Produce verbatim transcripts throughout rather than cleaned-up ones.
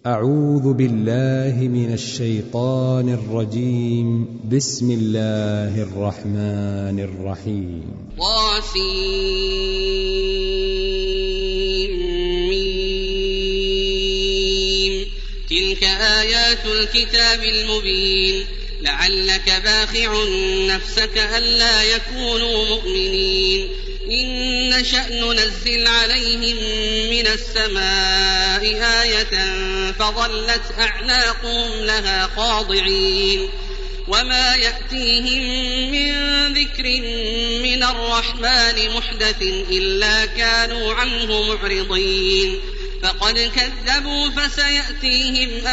أعوذ بالله من الشيطان الرجيم. بسم الله الرحمن الرحيم. طاسيم. تلك آيات الكتاب المبين. لعلك باخع نفسك ألا يكونوا مؤمنين. إن نشأ ننزل عليهم من السماء آية فظلت أعناقهم لها خاضعين. وما يأتيهم من ذكر من الرحمن محدث إلا كانوا عنه معرضين. فقد كذبوا فسيأتيهم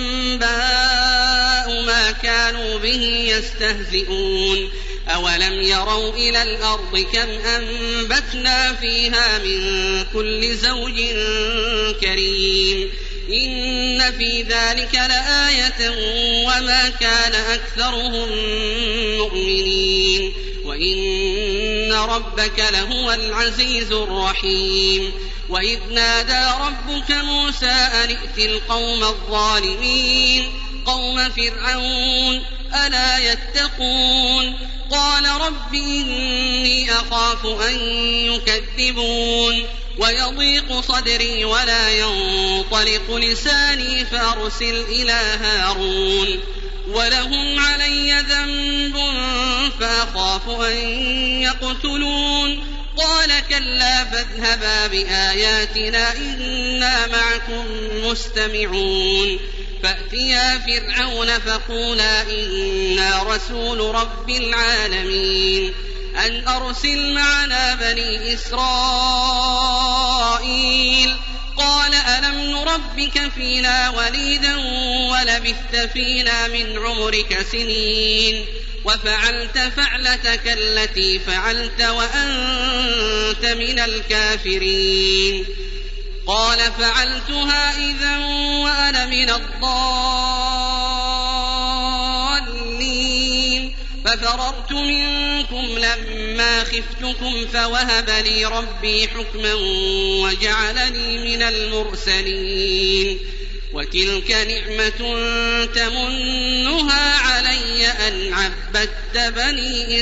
أنباء ما كانوا به يستهزئون. أولم يروا إلى الأرض كم أنبتنا فيها من كل زوج كريم. إن في ذلك لآية وما كان أكثرهم مؤمنين. وإن ربك لهو العزيز الرحيم. وإذ نادى ربك موسى أن ائت القوم الظالمين قوم فرعون ألا يتقون. قال رب إني أخاف أن يكذبون ويضيق صدري ولا ينطلق لساني فأرسل إلى هارون ولهم علي ذنب فأخاف أن يقتلون. قال كلا فاذهبا بآياتنا إنا معكم مستمعون. فأتيا فرعون فقولا إنا رسول رب العالمين أن أرسل معنا بني إسرائيل. قال ألم نربك فينا وليدا ولبثت فينا من عمرك سنين وفعلت فعلتك التي فعلت وأنت من الكافرين. قال فعلتها إذا وأنا من الضالين. ففررت منكم لما خفتكم فوهب لي ربي حكما وجعلني من المرسلين. وتلك نعمة تمنها علي أن عبدت بني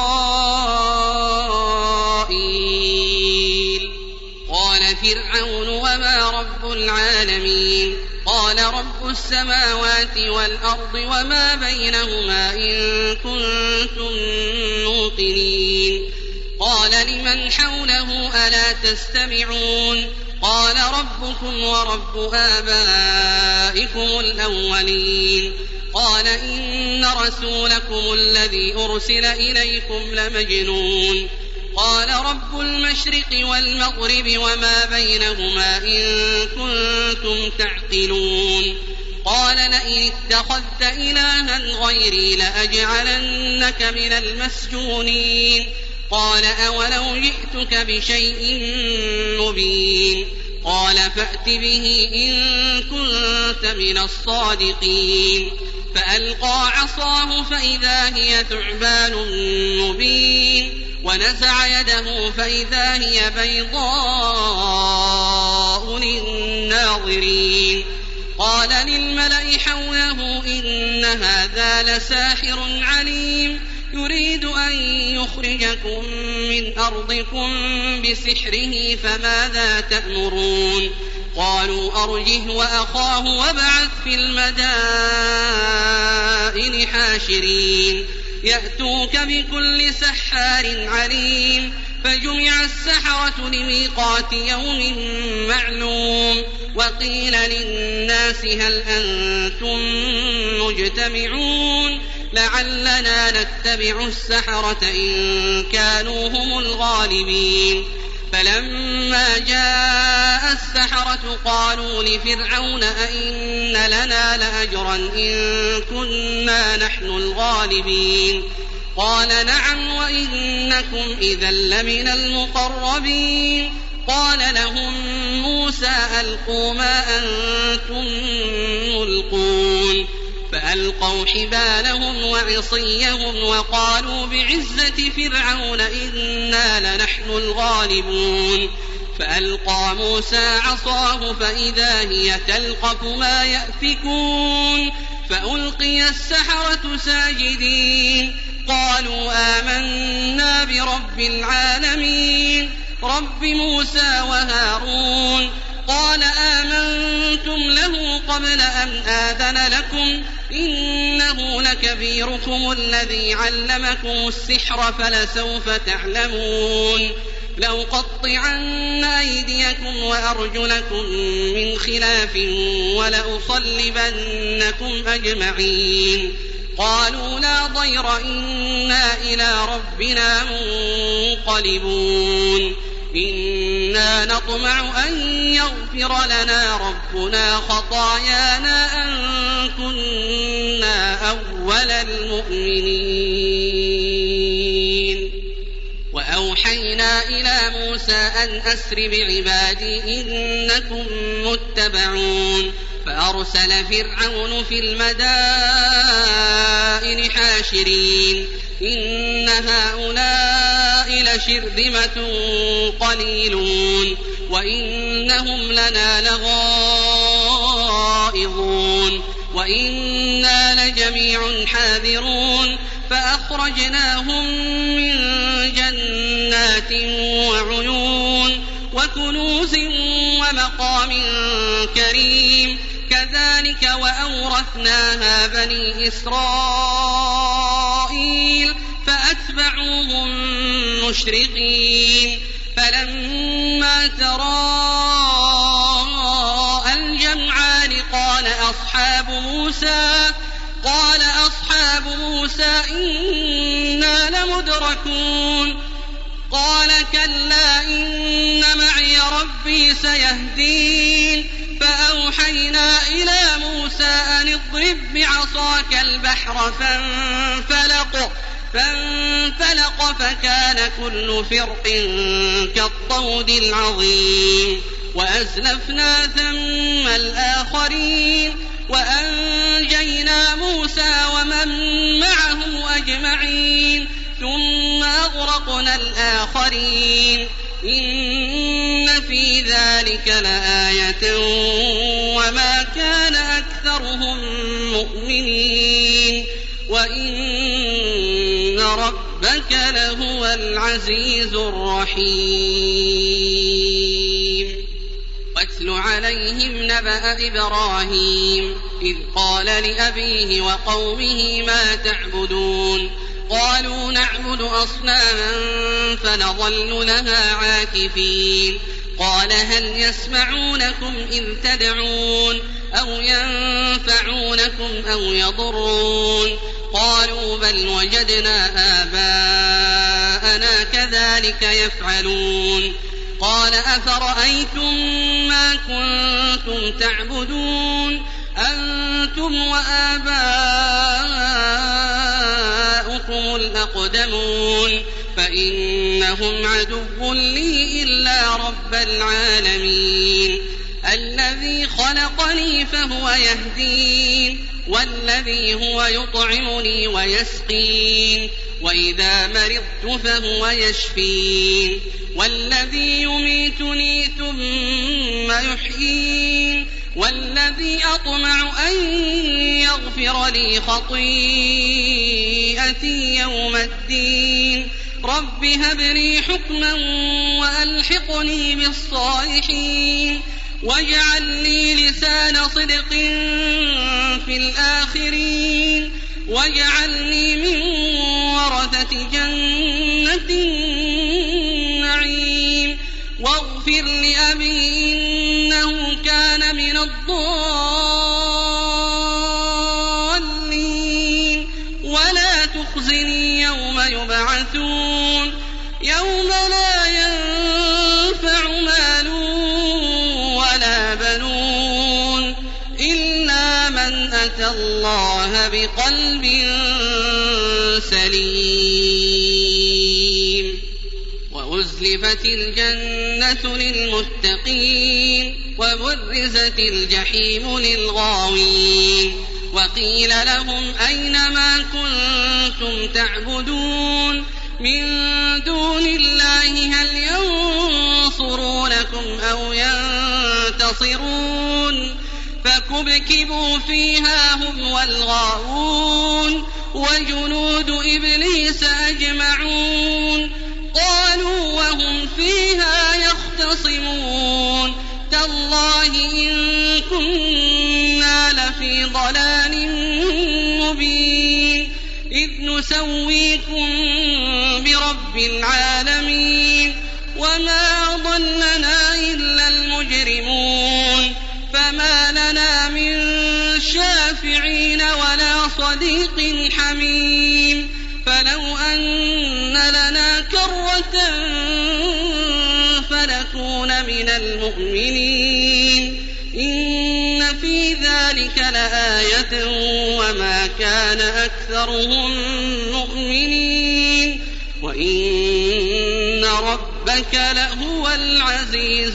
إسرائيل. قال فرعون وما رب العالمين. قال رب السماوات والأرض وما بينهما إن كنتم موقنين. قال لمن حوله ألا تستمعون. قال ربكم ورب آبائكم الأولين. قال إن رسولكم الذي أرسل إليكم لمجنون. قال رب المشرق والمغرب وما بينهما إن كنتم تعقلون. قال لئن اتخذت إلها غيري لأجعلنك من المسجونين. قال أولو جئتك بشيء مبين. قال فأت به إن كنت من الصادقين. فألقى عصاه فإذا هي ثعبان مبين. ونزع يده فإذا هي بيضاء للناظرين. قال للملأ حوله إن هذا لساحر عليم يريد أن يخرجكم من أرضكم بسحره فماذا تأمرون. قالوا أرجه وأخاه وابعث في المدائن حاشرين يأتوك بكل سحار عليم. فجمع السحرة لميقات يوم معلوم. وقيل للناس هل أنتم مجتمعون لعلنا نتبع السحرة إن كانوا هم الغالبين. فلما جاء السحرة قالوا لفرعون أئن لنا لأجرا إن كنا نحن الغالبين. قال نعم وإنكم إذا لمن المقربين. قال لهم موسى ألقوا ما أنتم ملقون. فألقوا حبالهم وعصيهم وقالوا بعزة فرعون إنا لنحن الغالبون. فألقى موسى عصاه فإذا هي تلقف ما يأفكون فألقي السحرة ساجدين قالوا آمنا برب العالمين رب موسى وهارون قال آمنتم له قبل أن آذن لكم إنه لكبيركم الذي علمكم السحر فلسوف تعلمون لأقطعن أيديكم وأرجلكم من خلاف ولأصلبنكم أجمعين قالوا لا ضير إنا إلى ربنا منقلبون إنا نطمع أن يغفر لنا ربنا خطايانا أن كنا أول المؤمنين وأوحينا إلى موسى أن أسر بعبادي إنكم متبعون فأرسل فرعون في المدائن حاشرين إن هؤلاء لشرذمة قليلون وإنهم لنا لغائظون وإنا لجميع حاذرون فأخرجناهم من جنات وعيون وكنوز ومقام كريم كذلك وأورثناها بني إسرائيل فأتبعوهم مشرقين فلما تراءى الجمعان قال أصحاب موسى قال أصحاب موسى إنا لمدركون قال كلا إن معي ربي سيهدين فأوحينا إلى موسى أن اضرب بعصاك البحر فانفلق فانفلق فكان كل فرق كالطود العظيم وأزلفنا ثم الآخرين وأنجينا موسى ومن معه أجمعين ثم أغرقنا الآخرين إن في ذلك لآية وما كان أكثرهم مؤمنين وإن ربك لهو العزيز الرحيم واتل عليهم نبأ إبراهيم إذ قال لأبيه وقومه ما تعبدون قالوا نعبد أصناما فنظل لها عاكفين قال هل يسمعونكم إذ تدعون أو ينفعونكم أو يضرون قالوا بل وجدنا آباءنا كذلك يفعلون قال أفرأيتم ما كنتم تعبدون أنتم وآباؤكم الأقدمون فإنهم عدو لي إلا رب العالمين الذي خلقني فهو يهدين والذي هو يطعمني ويسقين وإذا مرضت فهو يشفين والذي يميتني ثم يحيين والذي أطمع أن يغفر لي خطيئتي يوم الدين رب هب لي حكما وألحقني بالصالحين واجعل لي لسان صدق في الآخرين واجعلني من ورثة جنة النعيم واغفر لأبي إنه كان من الضالين ولا تخزني يوم يبعثون يوم لا ينفع مال ولا بنون إلا من أتى الله بقلب سليم وأزلفت الجنة للمتقين وبرزت الجحيم للغاوين وقيل لهم أين ما كنتم تعبدون من دون الله هل ينصرون ينصرونكم أو ينتصرون فكبكبوا فيها هم والغاوون وجنود إبليس أجمعون قالوا وهم فيها يختصمون تالله إن كنا لفي ضلال مبين إذ نسويكم برب العالمين وما ضلنا إلا المجرمون فما لنا من شافعين ولا صديق حميم فلو أن لنا كرة فنكون من المؤمنين إن في ذلك لآية وما كان أكثرهم مؤمنين وإن ربك لهو العزيز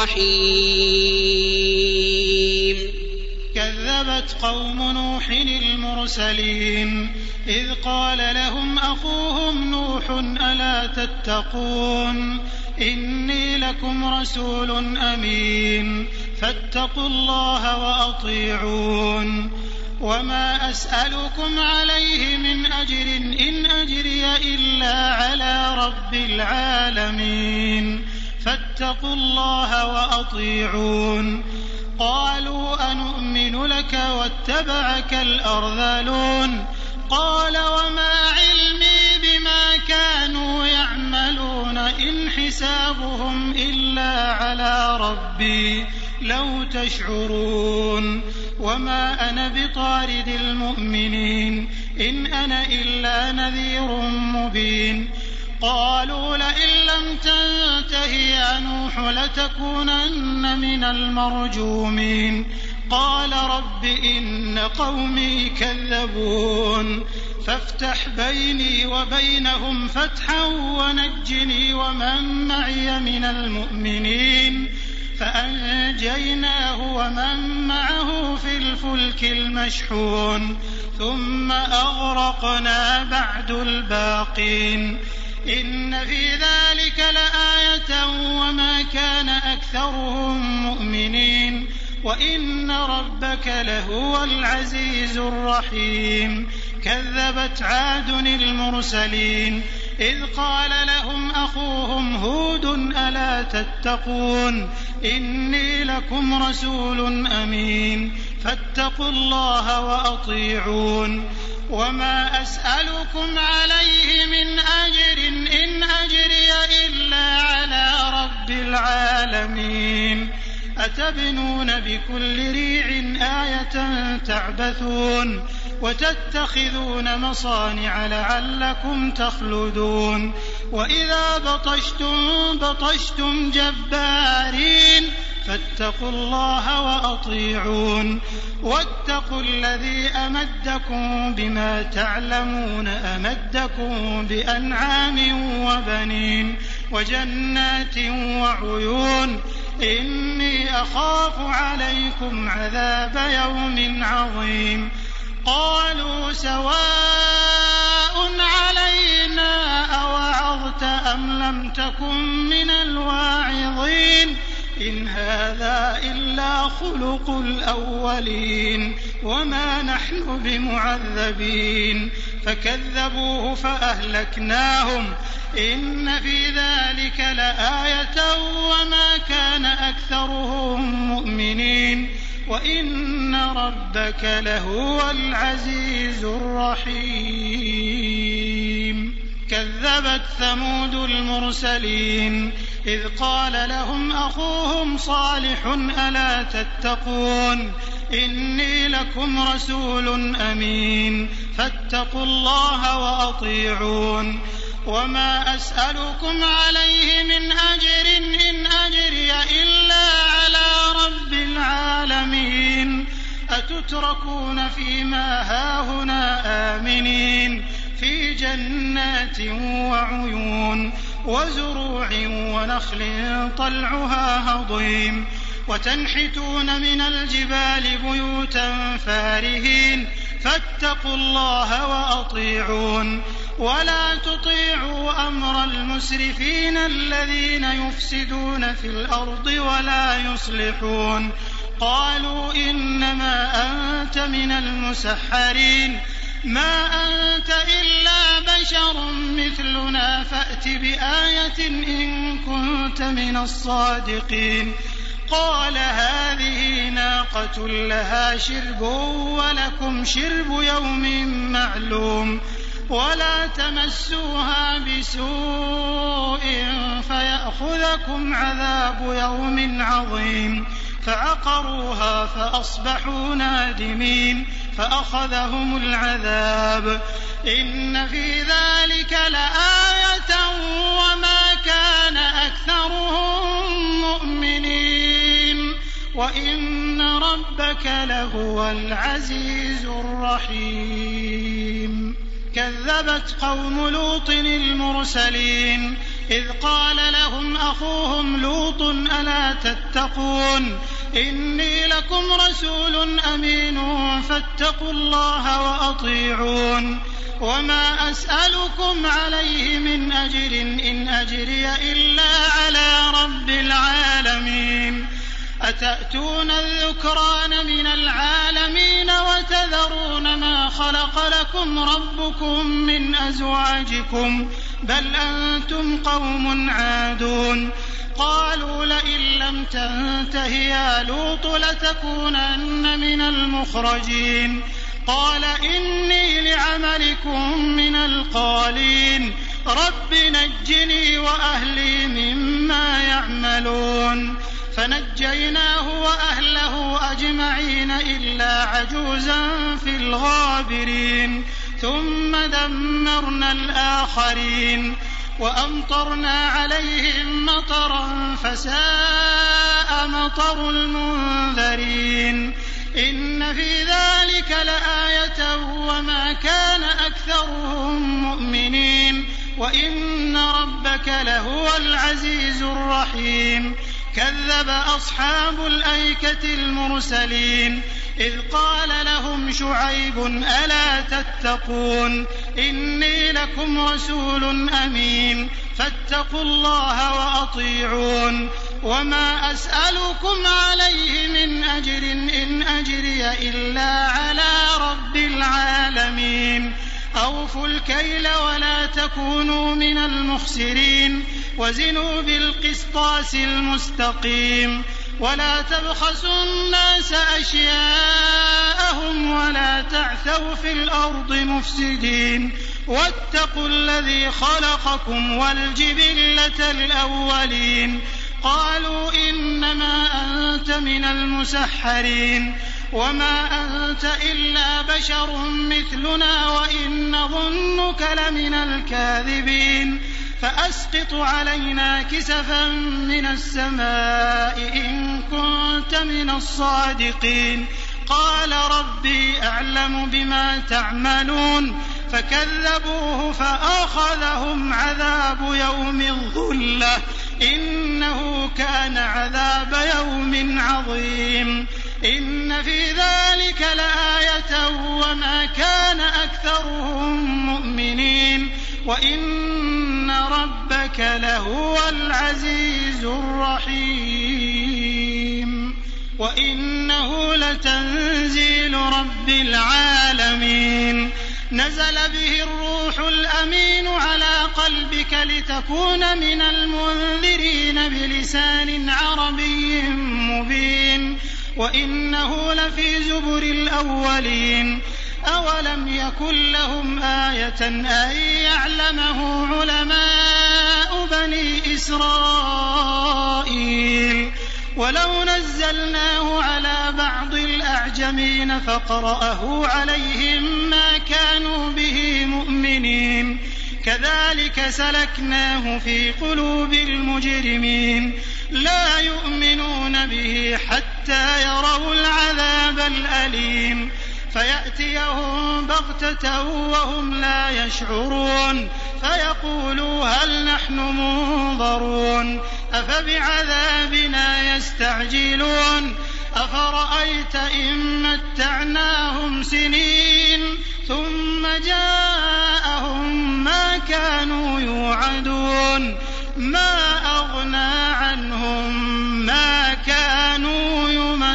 الرحيم. كذبت قوم نوح المرسلين إذ قال لهم أخوهم نوح ألا تتقون إني لكم رسول أمين فاتقوا الله وأطيعون وما أسألكم عليه من أجر إن أجري إلا على رب العالمين فاتقوا الله وأطيعون. قالوا أنؤمن لك واتبعك الأرذلون قال وما علمي بما كانوا يعملون إن حسابهم إلا على ربي لو تشعرون وما أنا بطارد المؤمنين إن أنا إلا نذير مبين. قالوا لئن لم تنته يا نوح لتكونن من المرجومين قال رب إن قومي كذبون فافتح بيني وبينهم فتحا ونجني ومن معي من المؤمنين فأنجيناه ومن معه في الفلك المشحون ثم أغرقنا بعد الباقين إن في ذلك لآية وما كان أكثرهم مؤمنين وإن ربك لهو العزيز الرحيم. كذبت عاد المرسلين إذ قال لهم أخوهم هود ألا تتقون إني لكم رسول أمين فاتقوا الله وأطيعون وما أسألكم عليه من أجر إن أجري إلا على رب العالمين أتبنون بكل ريع آية تعبثون وتتخذون مصانع لعلكم تخلدون وإذا بطشتم بطشتم جبارين فاتقوا الله وأطيعون واتقوا الذي أمدكم بما تعلمون أمدكم بأنعام وبنين وجنات وعيون إني أخاف عليكم عذاب يوم عظيم. قالوا سواء علينا أوعظت أم لم تكن من الواعظين إن هذا إلا خلق الأولين وما نحن بمعذبين فكذبوه فأهلكناهم إن في ذلك لآية وما كان أكثرهم مؤمنين وإن ربك لهو العزيز الرحيم. كذبت ثمود المرسلين إذ قال لهم أخوهم صالح ألا تتقون إني لكم رسول أمين فاتقوا الله وأطيعون وما أسألكم عليه من أجر إن أجري إلا على رب العالمين أتتركون فيما هاهنا آمنين في جنات وعيون وزروع ونخل طلعها هضيم وتنحتون من الجبال بيوتا فارهين فاتقوا الله وأطيعون ولا تطيعوا أمر المسرفين الذين يفسدون في الأرض ولا يصلحون. قالوا إنما أنت من المسحرين ما أنت إلا بشر مثلنا فأت بآية إن كنت من الصادقين. قال هذه ناقة لها شرب ولكم شرب يوم معلوم ولا تمسوها بسوء فيأخذكم عذاب يوم عظيم. فعقروها فأصبحوا نادمين فأخذهم العذاب. إن في ذلك لآية وما كان أكثرهم مؤمنين وإن ربك لهو العزيز الرحيم. كذبت قوم لوط المرسلين إذ قال لهم أخوهم لوط ألا تتقون إني لكم رسول أمين فاتقوا الله وأطيعون وما أسألكم عليه من أجر إن أجري إلا على رب العالمين. أتأتون الذكران من العالمين وتذرون ما خلق لكم ربكم من أزواجكم بل أنتم قوم عادون. قالوا لئن لم تنته يا لوط لتكونن من المخرجين. قال إني لعملكم من القالين رب نجني وأهلي مما يعملون. فنجيناه وأهله أجمعين إلا عجوزا في الغابرين ثم دمرنا الآخرين وأمطرنا عليهم مطرا فساء مطر المنذرين. إن في ذلك لآية وما كان أكثرهم مؤمنين وإن ربك لهو العزيز الرحيم. كذب أصحاب الأيكة المرسلين إذ قال لهم شعيب ألا تتقون إني لكم رسول أمين فاتقوا الله وأطيعون وما أسألكم عليه من أجر إن أجري إلا على رب العالمين. أوفوا الكيل ولا تكونوا من المخسرين وزنوا بالقسطاس المستقيم ولا تبخسوا الناس أشياءهم ولا تعثوا في الأرض مفسدين واتقوا الذي خلقكم والجبلة الأولين. قالوا إنما أنت من المسحرين وما أنت إلا بشر مثلنا وإن نظنك لمن الكاذبين فأسقط علينا كسفا من السماء إن كنت من الصادقين. قال ربي أعلم بما تعملون فكذبوه فأخذهم عذاب يوم الظلة إنه كان عذاب يوم عظيم. إن في ذلك لآية وما كان أكثرهم مؤمنين وإن ربك لهو العزيز الرحيم. وإنه لتنزيل رب العالمين نزل به الروح الأمين على قلبك لتكون من المنذرين بلسان عربي مبين وإنه لفي زبر الأولين. أولم يكن لهم آية أن يعلمه علماء بني إسرائيل ولو نزلناه على بعض الأعجمين فقرأه عليهم ما كانوا به مؤمنين كذلك سلكناه في قلوب المجرمين لا يؤمنون به حتى يروا العذاب الأليم فيأتيهم بغتة وهم لا يشعرون فيقولوا هل نحن منظرون أفبعذابنا يستعجلون أفرأيت إن متعناهم سنين ثم جاءهم ما كانوا يوعدون ما أغنى عنهم ما كانوا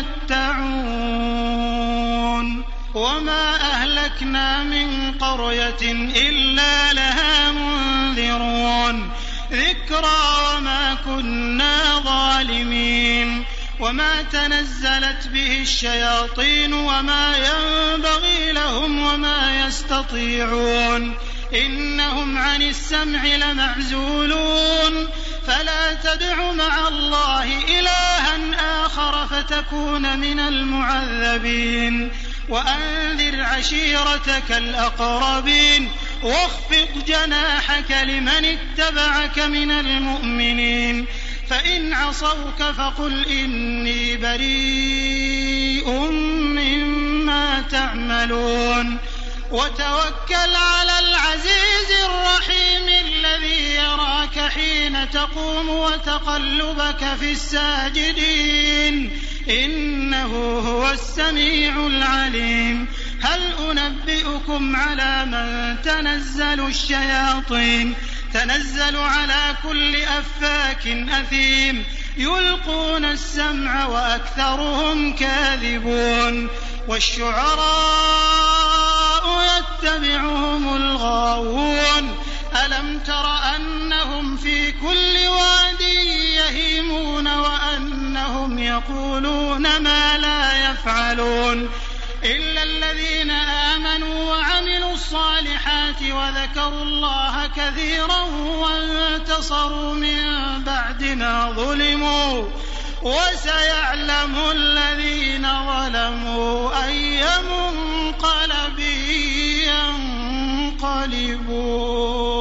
يمتعون وما أهلكنا من قرية إلا لها منذرون ذكرى وما كنا ظالمين وما تنزلت به الشياطين وما ينبغي لهم وما يستطيعون إنهم عن السمع لمعزولون فلا تدع مع الله إلها آخر فتكون من المعذبين وأنذر عشيرتك الأقربين واخفض جناحك لمن اتبعك من المؤمنين فإن عصوك فقل إني بريء مما تعملون وتوكل على العزيز الرحيم الذي يراك حين تقوم وتقلبك في الساجدين إنه هو السميع العليم هل أنبئكم على من تنزل الشياطين تنزل على كل أفاك أثيم يلقون السمع وأكثرهم كاذبون والشعراء يتبعهم الغاوون ألم تر أنهم في كل واد يهيمون وأنهم يقولون ما لا يفعلون إلا الذين آمنوا وعملوا الصالحات وذكروا الله كثيرا وانتصروا من بعد ما ظلموا وسيعلم الذين ظلموا أي منقلب ينقلبون.